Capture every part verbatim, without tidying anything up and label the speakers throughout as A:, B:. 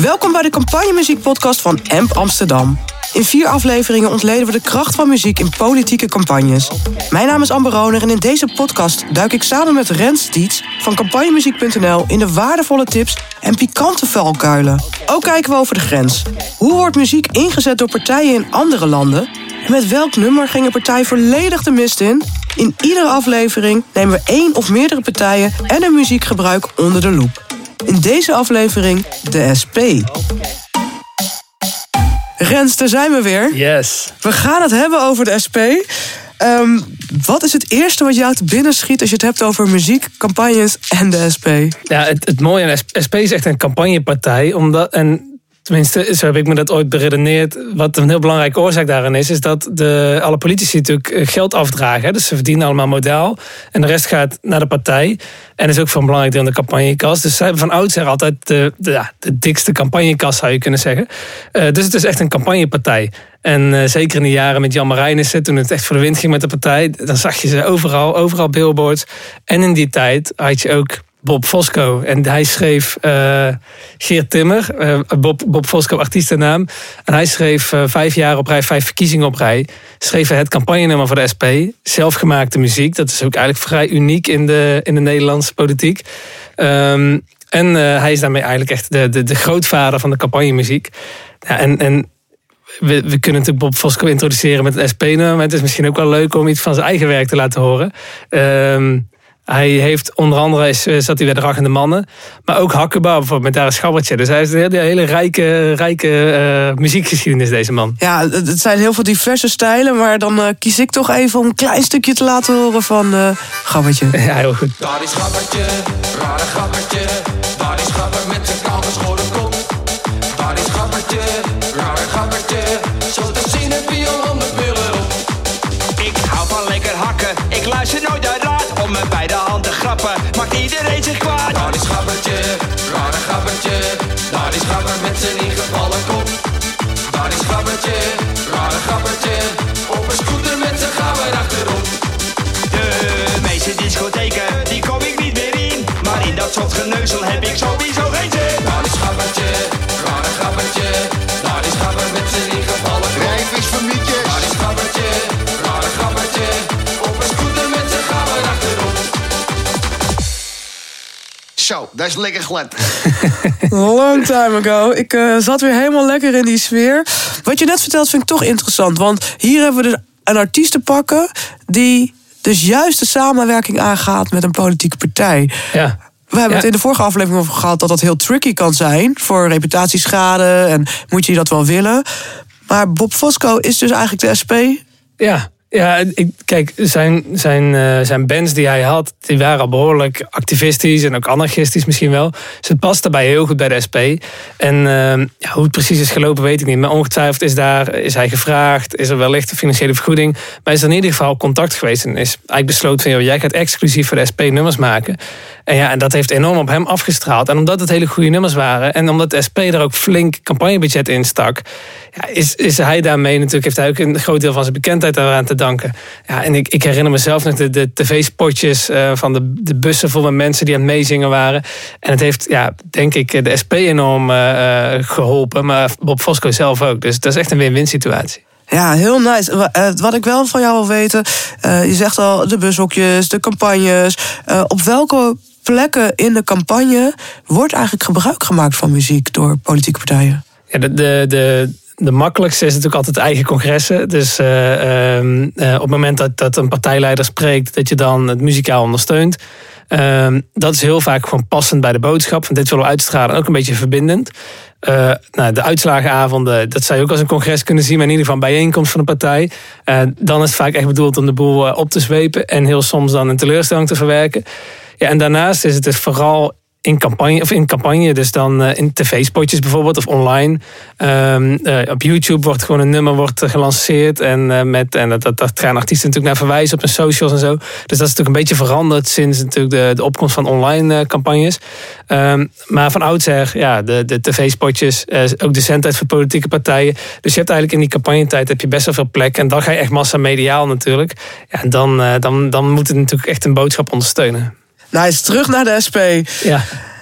A: Welkom bij de campagnemuziekpodcast van A M P Amsterdam. In vier afleveringen ontleden we de kracht van muziek in politieke campagnes. Mijn naam is Amber Roner en in deze podcast duik ik samen met Rens Dietz van campagnemuziek punt n l in de waardevolle tips en pikante valkuilen. Ook kijken we over de grens. Hoe wordt muziek ingezet door partijen in andere landen? En met welk nummer ging een partij volledig de mist in? In iedere aflevering nemen we één of meerdere partijen en hun muziekgebruik onder de loep. In deze aflevering de S P. Rens, daar zijn we weer.
B: Yes. We
A: gaan het hebben over de S P. Um, wat is het eerste wat jou te binnen schiet als je het hebt over muziek, campagnes en de S P?
B: Ja, het, het mooie aan S P is echt een campagnepartij. Omdat, en tenminste, zo heb ik me dat ooit beredeneerd. Wat een heel belangrijke oorzaak daarin is, is dat de, alle politici natuurlijk geld afdragen. Hè? Dus ze verdienen allemaal modaal. En de rest gaat naar de partij. En dat is ook van belangrijk deel in de campagnekas. Dus zij hebben van oudsher altijd de, de, ja, de dikste campagnekas, zou je kunnen zeggen. Uh, dus het is echt een campagnepartij. En uh, zeker in de jaren met Jan Marijnissen, toen het echt voor de wind ging met de partij, dan zag je ze overal, overal billboards. En in die tijd had je ook Bob Fosco. En hij schreef uh, Geert Timmer, uh, Bob, Bob Fosco, artiestennaam. En hij schreef uh, vijf jaar op rij, vijf verkiezingen op rij. Schreef het campagnenummer voor de S P. Zelfgemaakte muziek. Dat is ook eigenlijk vrij uniek in de, in de Nederlandse politiek. Um, en uh, hij is daarmee eigenlijk echt de, de, de grootvader van de campagnemuziek. Ja, en... en We, we kunnen natuurlijk Bob Fosco introduceren met een S P-nummer. Maar het is misschien ook wel leuk om iets van zijn eigen werk te laten horen. Um, hij heeft onder andere, is, zat hij bij de Rachende Mannen. Maar ook Hakkebouw bijvoorbeeld, met daar een Schabbertje. Dus hij heeft een hele, hele rijke, rijke uh, muziekgeschiedenis, deze man.
A: Ja, het zijn heel veel diverse stijlen. Maar dan uh, kies ik toch even om een klein stukje te laten horen van uh, Gabbertje.
B: Ja, heel goed.
C: Daar is Gabbertje, rare Gabbertje. Daar is Gabber met zijn kale schone kop. Daar is Gabbertje, rare Gabbertje. Zo te zien heb je al honderd billen op. Ik hou van lekker hakken, ik luister nooit naar raad. Om me bij de hand te grappen, maakt iedereen zich kwaad. Daar is Gabbertje, rare Gabbertje. Daar is Gabber met zijn ingevallen kop. Daar is Gabbertje, rare Gabbertje. Op een scooter met zijn gabber achterop. De meeste discotheken, die kom ik niet meer in. Maar in dat soort geneuzel heb ik sowieso geen zin. Daar is Gabbertje, rare Gabbertje. Daar is Gabber met zijn ingevallen kop.
D: Rijvies van Mietjes.
C: Daar is Gabbertje, rare Gabbertje. Op een scooter met zijn gabber achterop.
D: Zo, dat is lekker glad.
A: Long time ago. Ik uh, zat weer helemaal lekker in die sfeer. Wat je net vertelt vind ik toch interessant. Want hier hebben we dus een artiest te pakken die dus juist de samenwerking aangaat met een politieke partij.
B: Ja.
A: We hebben
B: ja.
A: het in de vorige aflevering over gehad dat dat heel tricky kan zijn voor reputatieschade en moet je dat wel willen. Maar Bob Fosco is dus eigenlijk de S P.
B: Ja. Ja, ik, kijk, zijn, zijn, uh, zijn bands die hij had, die waren al behoorlijk activistisch en ook anarchistisch misschien wel. Dus het past daarbij heel goed bij de S P. En uh, ja, hoe het precies is gelopen, weet ik niet. Maar ongetwijfeld is, daar, is hij gevraagd, is er wellicht een financiële vergoeding. Maar is er in ieder geval contact geweest en is eigenlijk besloten van, joh, jij gaat exclusief voor de S P nummers maken. En ja, en dat heeft enorm op hem afgestraald. En omdat het hele goede nummers waren en omdat de S P er ook flink campagnebudget in stak, ja, is, is hij daarmee natuurlijk, heeft hij ook een groot deel van zijn bekendheid daaraan te danken. Ja, en ik, ik herinner mezelf nog de, de tv-spotjes uh, van de, de bussen vol met mensen die aan het meezingen waren. En het heeft, ja, denk ik, de S P enorm uh, geholpen, maar Bob Fosco zelf ook. Dus dat is echt een win-win situatie.
A: Ja, heel nice. Wat ik wel van jou wil weten, uh, je zegt al de bushokjes, de campagnes. Uh, op welke plekken in de campagne wordt eigenlijk gebruik gemaakt van muziek door politieke partijen?
B: Ja, de, de, de, de makkelijkste is natuurlijk altijd eigen congressen. Dus uh, uh, op het moment dat, dat een partijleider spreekt, dat je dan het muzikaal ondersteunt. Uh, dat is heel vaak gewoon passend bij de boodschap. Van dit willen we uitstralen, ook een beetje verbindend. Uh, nou, de uitslagenavonden, dat zou je ook als een congres kunnen zien, maar in ieder geval een bijeenkomst van een partij. Uh, dan is het vaak echt bedoeld om de boel uh, op te zwepen en heel soms dan een teleurstelling te verwerken. Ja, en daarnaast is het dus vooral in campagne, of in campagne, dus dan uh, in tv-spotjes bijvoorbeeld of online. Um, uh, op YouTube wordt gewoon een nummer wordt gelanceerd en, uh, met, en dat, dat, dat gaan artiesten natuurlijk naar verwijzen op hun socials en zo. Dus dat is natuurlijk een beetje veranderd sinds natuurlijk de, de opkomst van online uh, campagnes. Um, maar van oudsher, ja, de, de tv-spotjes, uh, ook de zendtijd voor politieke partijen. Dus je hebt eigenlijk in die campagnetijd heb je best wel veel plek en dan ga je echt massamediaal natuurlijk. Ja, en dan, uh, dan, dan moet het natuurlijk echt een boodschap ondersteunen.
A: Nice, terug naar de S P.
B: Ja.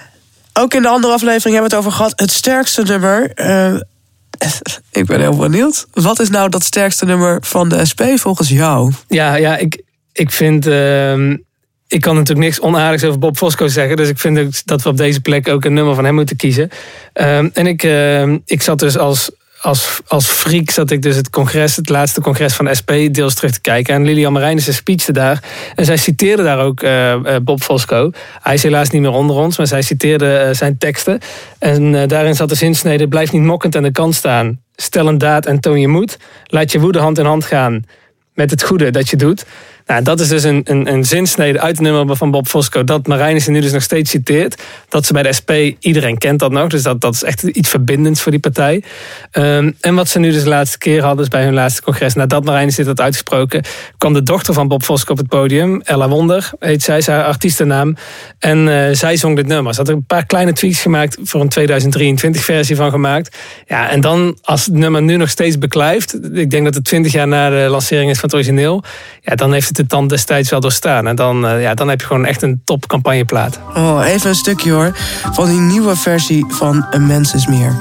A: Ook in de andere aflevering hebben we het over gehad. Het sterkste nummer. Uh, ik ben heel benieuwd. Wat is nou dat sterkste nummer van de S P volgens jou?
B: Ja, ja ik, ik vind... Uh, ik kan natuurlijk niks onaardigs over Bob Fosco zeggen. Dus ik vind ook dat we op deze plek ook een nummer van hem moeten kiezen. Uh, en ik, uh, ik zat dus als... Als, als freak zat ik dus het congres, het laatste congres van de S P, deels terug te kijken. En Lilian Marijnissen speechte daar. En zij citeerde daar ook uh, Bob Fosco. Hij is helaas niet meer onder ons, maar zij citeerde uh, zijn teksten. En uh, daarin zat de zinsnede: blijf niet mokkend aan de kant staan. Stel een daad en toon je moed. Laat je woede hand in hand gaan met het goede dat je doet. Nou, dat is dus een, een, een zinsnede uit het nummer van Bob Fosco, dat Marijnissen nu dus nog steeds citeert. Dat ze bij de S P, iedereen kent dat nog, dus dat, dat is echt iets verbindends voor die partij. Um, en wat ze nu dus de laatste keer hadden, dus bij hun laatste congres, nadat Marijnissen dit had uitgesproken, kwam de dochter van Bob Fosco op het podium, Ella Wonder, heet zij, is haar artiestennaam. En uh, zij zong dit nummer. Ze had er een paar kleine tweaks gemaakt, voor een tweeduizend drieëntwintig versie van gemaakt. Ja, en dan, als het nummer nu nog steeds beklijft, ik denk dat het twintig jaar na de lancering is van het origineel, ja, dan heeft het het dan destijds wel doorstaan. En dan, uh, ja, dan heb je gewoon echt een top campagneplaat.
A: Oh, even een stukje hoor, van die nieuwe versie van Een Mens is Meer.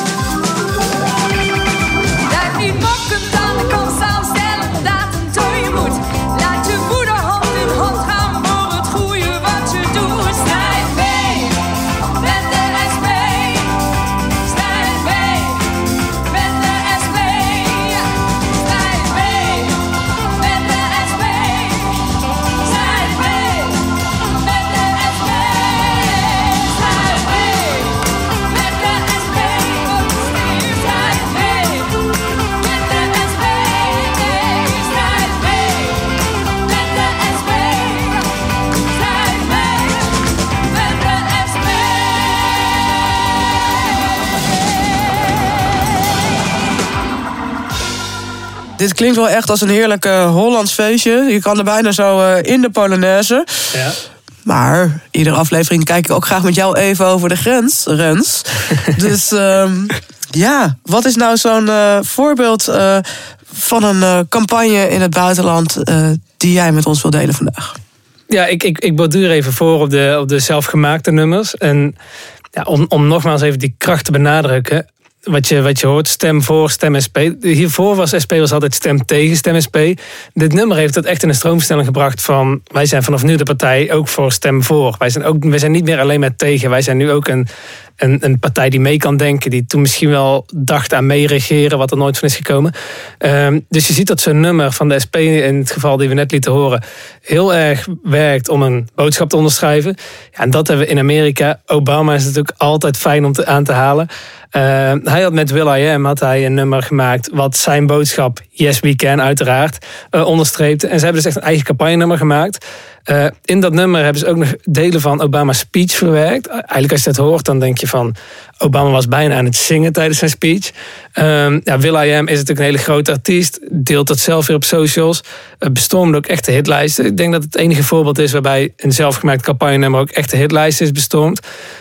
A: Dit klinkt wel echt als een heerlijk uh, Hollands feestje. Je kan er bijna zo uh, in de Polonaise.
B: Ja.
A: Maar iedere aflevering kijk ik ook graag met jou even over de grens, Rens. Dus um, ja, wat is nou zo'n uh, voorbeeld uh, van een uh, campagne in het buitenland uh, die jij met ons wil delen vandaag?
B: Ja, ik, ik, ik borduur even voor op de, op de zelfgemaakte nummers. En ja, om, om nogmaals even die kracht te benadrukken. Wat je, wat je hoort, stem voor, stem S P. Hiervoor was S P was altijd stem tegen, stem S P. Dit nummer heeft dat echt in een stroomversnelling gebracht van... wij zijn vanaf nu de partij ook voor stem voor. Wij zijn, ook, wij zijn niet meer alleen maar tegen. Wij zijn nu ook een, een, een partij die mee kan denken. Die toen misschien wel dacht aan meeregeren, wat er nooit van is gekomen. Um, dus je ziet dat zo'n nummer van de S P, in het geval die we net lieten horen... heel erg werkt om een boodschap te onderschrijven. Ja, en dat hebben we in Amerika. Obama is natuurlijk altijd fijn om te, aan te halen... Uh, hij had met Will I Am had hij een nummer gemaakt wat zijn boodschap Yes We Can uiteraard uh, onderstreepte. En ze hebben dus echt een eigen campagne-nummer gemaakt. Uh, in dat nummer hebben ze ook nog delen van Obama's speech verwerkt. Eigenlijk als je dat hoort, dan denk je van... Obama was bijna aan het zingen tijdens zijn speech. Um, ja, Will I Am is natuurlijk een hele grote artiest. Deelt dat zelf weer op socials. Uh, bestormde ook echte hitlijsten. Ik denk dat het enige voorbeeld is waarbij een zelfgemaakt campagne-nummer ook echte hitlijsten is bestormd.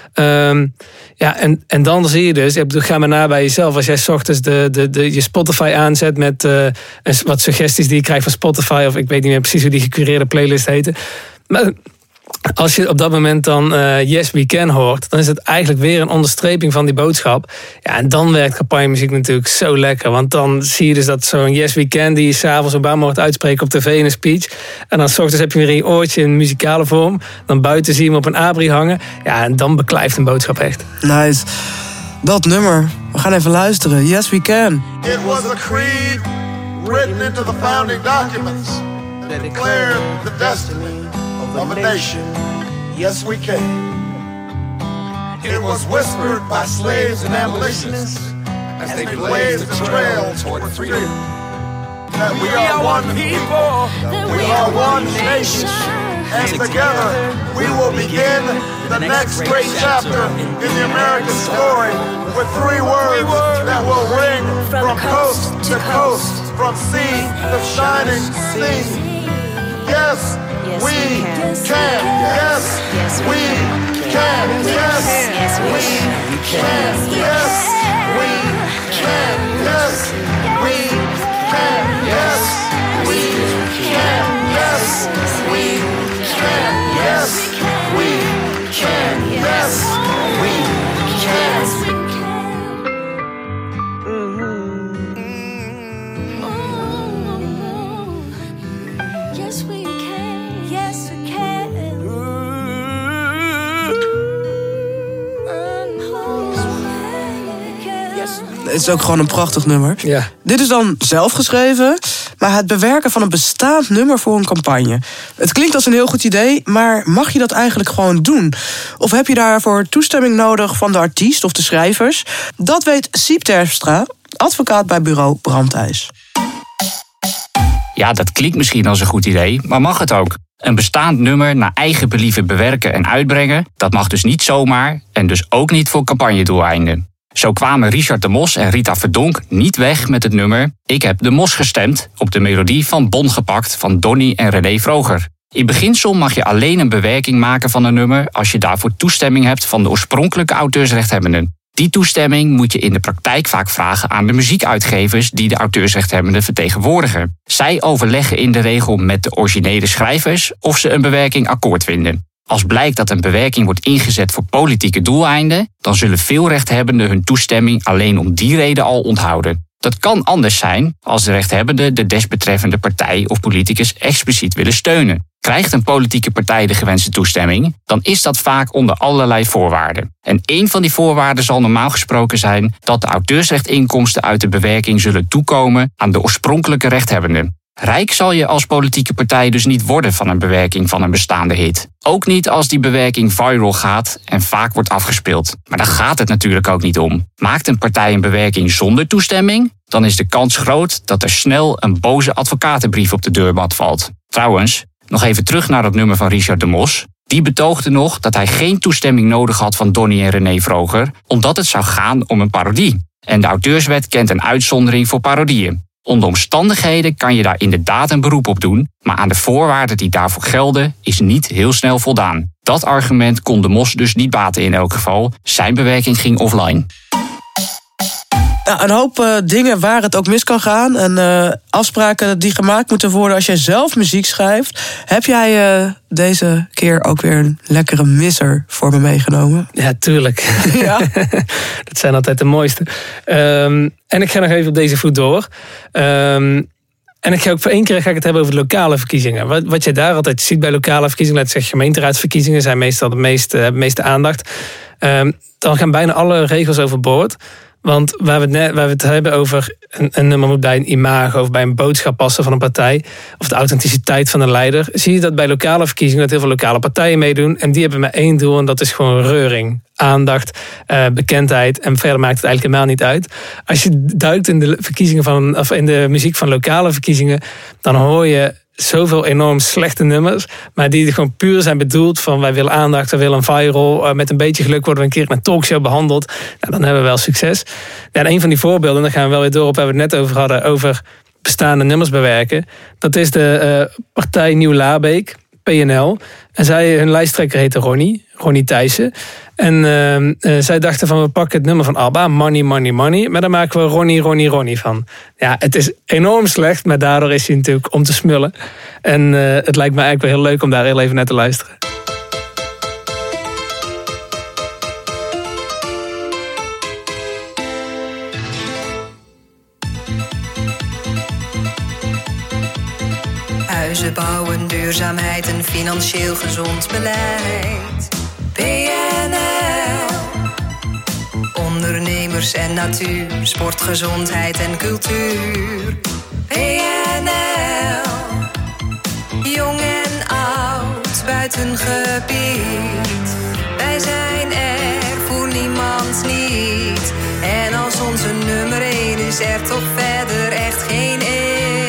B: Um, ja, en, en dan zie je dus, ik bedoel, ga maar na bij jezelf. Als jij 's ochtends de, de, de, je Spotify aanzet met uh, wat suggesties die je krijgt van Spotify, of ik weet niet meer precies hoe die gecureerde playlist heette. Maar als je op dat moment dan uh, Yes We Can hoort, dan is het eigenlijk weer een onderstreping van die boodschap. Ja, en dan werkt campagnemuziek natuurlijk zo lekker. Want dan zie je dus dat zo'n Yes We Can die je s'avonds Obama hoort uitspreken op tv in een speech. En dan 's ochtends heb je weer in je oortje in muzikale vorm. Dan buiten zie je hem op een abri hangen. Ja, en dan beklijft een boodschap echt.
A: Nice. Dat nummer. We gaan even luisteren. Yes We Can.
E: It was a creed written into the founding documents that declared the destiny of a nation. Yes, we can. It was whispered by slaves and abolitionists as they blazed the trail toward freedom. That we are one people, we are one nation, and together we will begin the next great chapter in the American story with three words that will ring from coast to coast, from sea to shining sea. Yes, we can. Yes, we can. Yes, we can. Yes, we can. Yes, we can. Yes, we can. Yes, we can. Yes, we can. Yes, we
A: het is ook gewoon een prachtig nummer.
B: Ja.
A: Dit is dan zelf geschreven, maar het bewerken van een bestaand nummer voor een campagne. Het klinkt als een heel goed idee, maar mag je dat eigenlijk gewoon doen? Of heb je daarvoor toestemming nodig van de artiest of de schrijvers? Dat weet Siep Terpstra, advocaat bij bureau Brandijs.
F: Ja, dat klinkt misschien als een goed idee, maar mag het ook? Een bestaand nummer naar eigen believen bewerken en uitbrengen, dat mag dus niet zomaar en dus ook niet voor campagnedoeleinden. Zo kwamen Richard de Mos en Rita Verdonk niet weg met het nummer Ik heb de Mos gestemd op de melodie van Bon gepakt van Donny en René Vroger. In beginsel mag je alleen een bewerking maken van een nummer als je daarvoor toestemming hebt van de oorspronkelijke auteursrechthebbenden. Die toestemming moet je in de praktijk vaak vragen aan de muziekuitgevers die de auteursrechthebbenden vertegenwoordigen. Zij overleggen in de regel met de originele schrijvers of ze een bewerking akkoord vinden. Als blijkt dat een bewerking wordt ingezet voor politieke doeleinden, dan zullen veel rechthebbenden hun toestemming alleen om die reden al onthouden. Dat kan anders zijn als de rechthebbenden de desbetreffende partij of politicus expliciet willen steunen. Krijgt een politieke partij de gewenste toestemming, dan is dat vaak onder allerlei voorwaarden. En één van die voorwaarden zal normaal gesproken zijn dat de auteursrechtinkomsten uit de bewerking zullen toekomen aan de oorspronkelijke rechthebbenden. Rijk zal je als politieke partij dus niet worden van een bewerking van een bestaande hit. Ook niet als die bewerking viral gaat en vaak wordt afgespeeld. Maar daar gaat het natuurlijk ook niet om. Maakt een partij een bewerking zonder toestemming, dan is de kans groot dat er snel een boze advocatenbrief op de deurmat valt. Trouwens, nog even terug naar dat nummer van Richard de Mos. Die betoogde nog dat hij geen toestemming nodig had van Donny en René Vroger, omdat het zou gaan om een parodie. En de auteurswet kent een uitzondering voor parodieën. Onder omstandigheden kan je daar inderdaad een beroep op doen, maar aan de voorwaarden die daarvoor gelden is niet heel snel voldaan. Dat argument kon de Mos dus niet baten in elk geval. Zijn bewerking ging offline.
A: Ja, een hoop uh, dingen waar het ook mis kan gaan. En uh, afspraken die gemaakt moeten worden als jij zelf muziek schrijft. Heb jij uh, deze keer ook weer een lekkere misser voor me meegenomen?
B: Ja, tuurlijk.
A: Ja.
B: Dat zijn altijd de mooiste. Um, en ik ga nog even op deze voet door. Um, En ik ga ook voor één keer ga ik het hebben over de lokale verkiezingen. Wat, wat je daar altijd ziet bij lokale verkiezingen, laten we zeggen gemeenteraadsverkiezingen, zijn meestal de meeste, de meeste aandacht. Um, dan gaan bijna alle regels overboord. Want waar we het, net, waar we het hebben over een, een nummer moet bij een imago of bij een boodschap passen van een partij, of de authenticiteit van een leider, zie je dat bij lokale verkiezingen dat heel veel lokale partijen meedoen. En die hebben maar één doel en dat is gewoon reuring. Aandacht, uh, bekendheid en verder maakt het eigenlijk helemaal niet uit. Als je duikt in de verkiezingen van, of in de muziek van lokale verkiezingen, dan hoor je zoveel enorm slechte nummers, maar die gewoon puur zijn bedoeld van wij willen aandacht, we willen een viral, uh, met een beetje geluk worden we een keer in een talkshow behandeld. Nou, dan hebben we wel succes. Ja, en een van die voorbeelden, dan gaan we wel weer door op waar we het net over hadden, over bestaande nummers bewerken. Dat is de uh, partij Nieuw Laarbeek, P N L. En zij, hun lijsttrekker heette Ronnie, Ronnie Thijssen. En uh, uh, zij dachten van we pakken het nummer van ABBA, Money, Money, Money. Maar daar maken we Ronnie, Ronnie, Ronnie van. Ja, het is enorm slecht, maar daardoor is hij natuurlijk om te smullen. En uh, het lijkt me eigenlijk wel heel leuk om daar heel even naar te luisteren.
G: Huizen bouwen, duurzaamheid en financieel gezond beleid. P N L. Ondernemers en natuur, sport, gezondheid en cultuur. P N L. Jong en oud, buiten gebied. Wij zijn er voor niemand niet. En als onze nummer één is er toch verder echt geen één.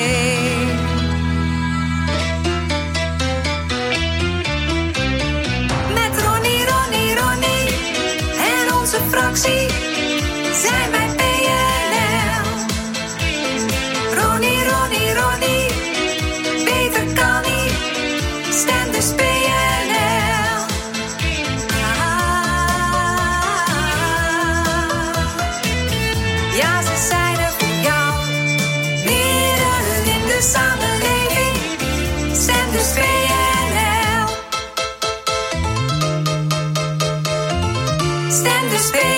G: Fractie zijn wij P N L. Ronnie, Ronnie, Ronnie, beter kan niet. Stem dus P N L. Ah, ja, ze zijn er voor jou. Midden in de samenleving. Stem dus P N L. Stem dus P N L.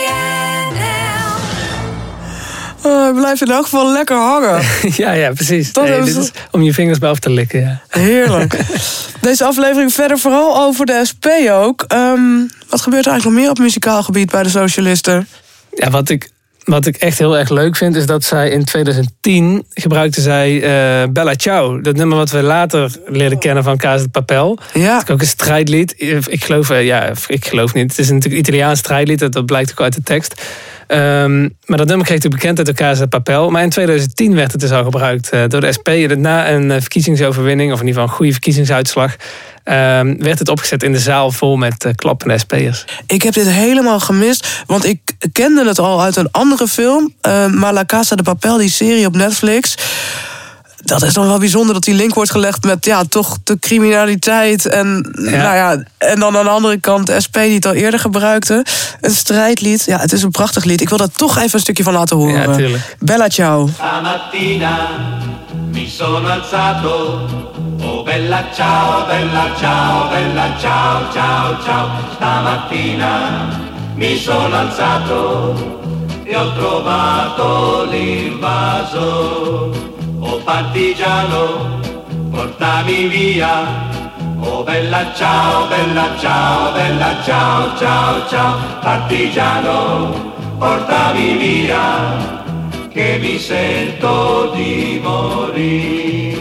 A: Uh, blijft in elk geval lekker hangen.
B: ja, ja, precies.
A: Dat
B: Nee,
A: is
B: dit is om je vingers bij af te likken. Ja.
A: Heerlijk. Deze aflevering verder vooral over de S P ook. Um, wat gebeurt er eigenlijk nog meer op muzikaal gebied bij de socialisten?
B: Ja, wat ik wat ik echt heel erg leuk vind, is dat zij in twintig tien gebruikte zij uh, Bella Ciao. Dat nummer wat we later leerden kennen van Casa de Papel.
A: Ja.
B: Dat is ook een strijdlied. Ik geloof, uh, ja, ik geloof niet. Het is natuurlijk een Italiaans strijdlied, dat, dat blijkt ook uit de tekst. Um, maar dat nummer kreeg natuurlijk bekendheid door Casa de Papel. Maar in twintig tien werd het dus al gebruikt uh, door de S P. Na een uh, verkiezingsoverwinning, of in ieder geval een goede verkiezingsuitslag, Um, werd het opgezet in de zaal vol met uh, klappende S P'ers.
A: Ik heb dit helemaal gemist, want ik kende het al uit een andere film. Uh, maar La Casa de Papel, die serie op Netflix. Dat is dan wel bijzonder dat die link wordt gelegd met ja, toch de criminaliteit. En,
B: ja.
A: Nou ja, en dan aan de andere kant de S P die het al eerder gebruikte. Een strijdlied. Ja, het is een prachtig lied. Ik wil daar toch even een stukje van laten horen.
B: Ja, tuurlijk.
A: Bella Ciao.
H: Stamattina mi sono alzato. Oh bella ciao, bella ciao, bella ciao, ciao, ciao. Stamattina mi sono alzato e ho trovato l'invaso. Oh partigiano, portami via. Oh bella ciao, bella ciao, bella ciao, ciao, ciao. Partigiano, portami via, che mi sento di morire.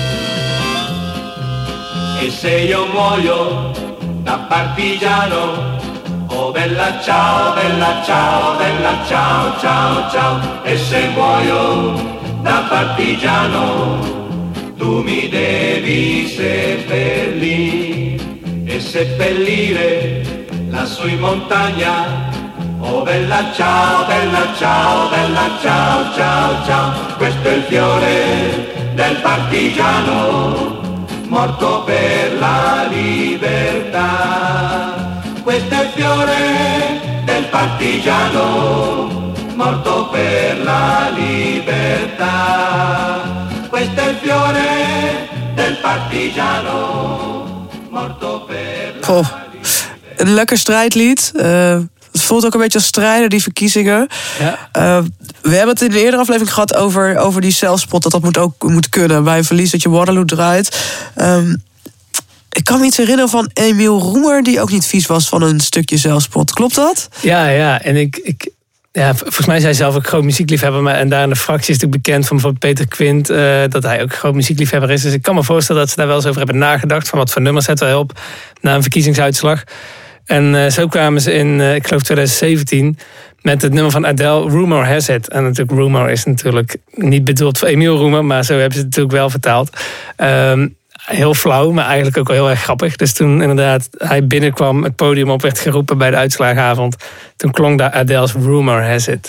H: E se io muoio da partigiano, oh bella ciao, bella ciao, bella ciao, ciao, ciao. E se muoio da partigiano, tu mi devi seppellire e seppellire lassù in montagna. Oh bella ciao, bella ciao, bella ciao, ciao, ciao. Questo è il fiore del partigiano, morto per la libertà. Questo è il fiore del partigiano, morto per la libertà. Questo è il fiore del partigiano, morto per la
A: Goh, een lekker strijdlied. Uh, het voelt ook een beetje als strijden, die verkiezingen.
B: Ja.
A: Uh, we hebben het in de eerdere aflevering gehad over, over die zelfspot. Dat dat moet ook moet kunnen bij een verlies dat je Waterloo draait. Um, ik kan me iets herinneren van Emiel Roemer, die ook niet vies was van een stukje zelfspot. Klopt dat?
B: Ja, ja. En ik... ik... Ja, volgens mij is hij zelf ook groot muziekliefhebber. Maar, en daar in de fractie is natuurlijk bekend van bijvoorbeeld Peter Quint, Uh, dat hij ook groot muziekliefhebber is. Dus ik kan me voorstellen dat ze daar wel eens over hebben nagedacht. Van wat voor nummers zetten wij op na een verkiezingsuitslag. En uh, zo kwamen ze in, uh, ik geloof twintig zeventien... met het nummer van Adele, Rumor Has It. En natuurlijk Rumor is natuurlijk niet bedoeld voor Emiel Roemer, maar zo hebben ze het natuurlijk wel vertaald. Um, Heel flauw, maar eigenlijk ook wel heel erg grappig. Dus toen inderdaad hij binnenkwam, het podium op werd geroepen bij de uitslagavond, toen klonk daar Adele's Rumor Has It.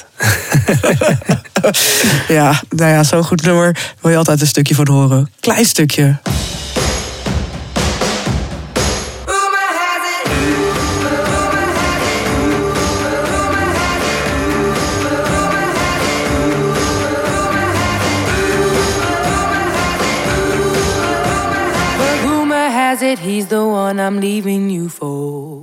A: Ja, nou ja, zo'n goed nummer wil je altijd een stukje van horen. Klein stukje.
G: It, he's the one I'm leaving you for.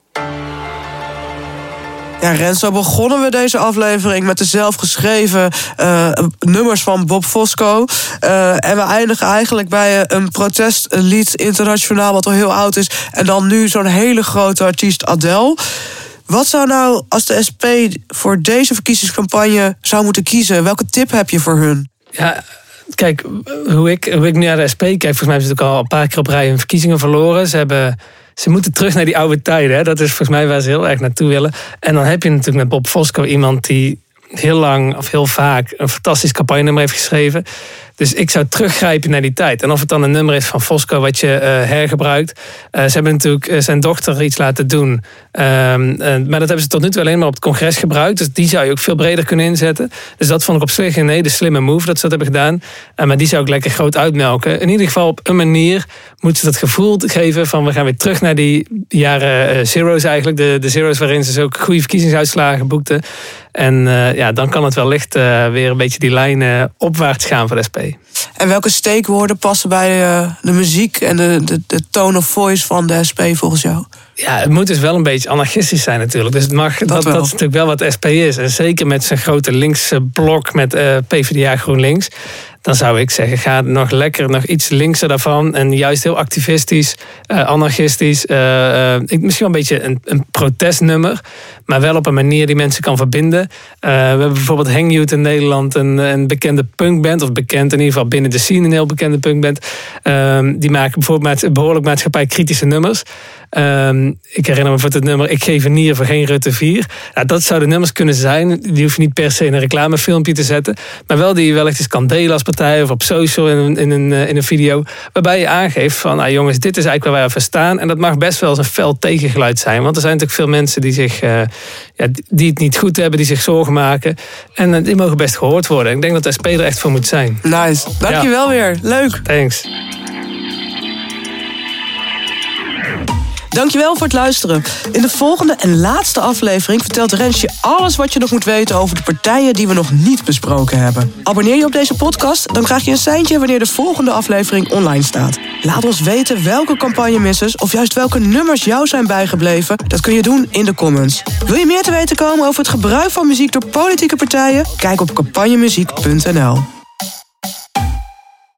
A: Ja, Rens, zo begonnen we deze aflevering met de zelfgeschreven uh, nummers van Bob Fosco. Uh, en we eindigen eigenlijk bij een protestlied internationaal wat al heel oud is. En dan nu zo'n hele grote artiest Adele. Wat zou nou, als de S P voor deze verkiezingscampagne zou moeten kiezen, welke tip heb je voor hun?
B: Ja, kijk, hoe ik, hoe ik nu naar de S P kijk, volgens mij hebben ze natuurlijk al een paar keer op rij hun verkiezingen verloren. Ze, hebben, ze moeten terug naar die oude tijden. Hè? Dat is volgens mij waar ze heel erg naartoe willen. En dan heb je natuurlijk met Bob Fosco iemand die heel lang of heel vaak een fantastisch campagne-nummer heeft geschreven. Dus ik zou teruggrijpen naar die tijd. En of het dan een nummer is van Fosco wat je uh, hergebruikt. Uh, ze hebben natuurlijk uh, zijn dochter iets laten doen. Um, uh, maar dat hebben ze tot nu toe alleen maar op het congres gebruikt. Dus die zou je ook veel breder kunnen inzetten. Dus dat vond ik op zich een hele slimme move dat ze dat hebben gedaan. Uh, maar die zou ik lekker groot uitmelken. In ieder geval op een manier moeten ze dat gevoel geven van we gaan weer terug naar die jaren uh, zero's eigenlijk. De, de zero's waarin ze ook goede verkiezingsuitslagen boekten. En uh, ja, dan kan het wellicht uh, weer een beetje die lijn uh, opwaarts gaan voor de S P.
A: En welke steekwoorden passen bij uh, de muziek en de, de, de tone of voice van de S P volgens jou?
B: Ja, het moet dus wel een beetje anarchistisch zijn natuurlijk. Dus het mag, dat, dat, dat is natuurlijk wel wat S P is. En zeker met zijn grote linkse blok met uh, P v d A GroenLinks. dan zou ik zeggen, ga nog lekker nog iets linkser daarvan. En juist heel activistisch, uh, anarchistisch. Uh, uh, misschien wel een beetje een, een protestnummer. Maar wel op een manier die mensen kan verbinden. Uh, we hebben bijvoorbeeld Hang Youth in Nederland. Een, een bekende punkband. Of bekend in ieder geval binnen de scene een heel bekende punkband. Uh, die maken bijvoorbeeld behoorlijk maatschappijkritische nummers. Um, ik herinner me voor het nummer Ik geef een nier voor geen Rutte vier. Nou, dat zouden nummers kunnen zijn. Die hoef je niet per se in een reclamefilmpje te zetten. Maar wel die je wel echt eens kan delen als partij. Of op social in een, in een, in een video. Waarbij je aangeeft van nou jongens, dit is eigenlijk waar wij over staan. En dat mag best wel eens een fel tegengeluid zijn. Want er zijn natuurlijk veel mensen die, zich, uh, ja, die het niet goed hebben. Die zich zorgen maken. En uh, die mogen best gehoord worden. Ik denk dat de S P er echt voor moet zijn.
A: Nice. Dankjewel ja. weer. Leuk.
B: Thanks.
A: Dankjewel voor het luisteren. In de volgende en laatste aflevering vertelt Rens je alles wat je nog moet weten over de partijen die we nog niet besproken hebben. Abonneer je op deze podcast, dan krijg je een seintje wanneer de volgende aflevering online staat. Laat ons weten welke campagnemissers of juist welke nummers jou zijn bijgebleven. Dat kun je doen in de comments. Wil je meer te weten komen over het gebruik van muziek door politieke partijen? Kijk op campagnemuziek punt n l.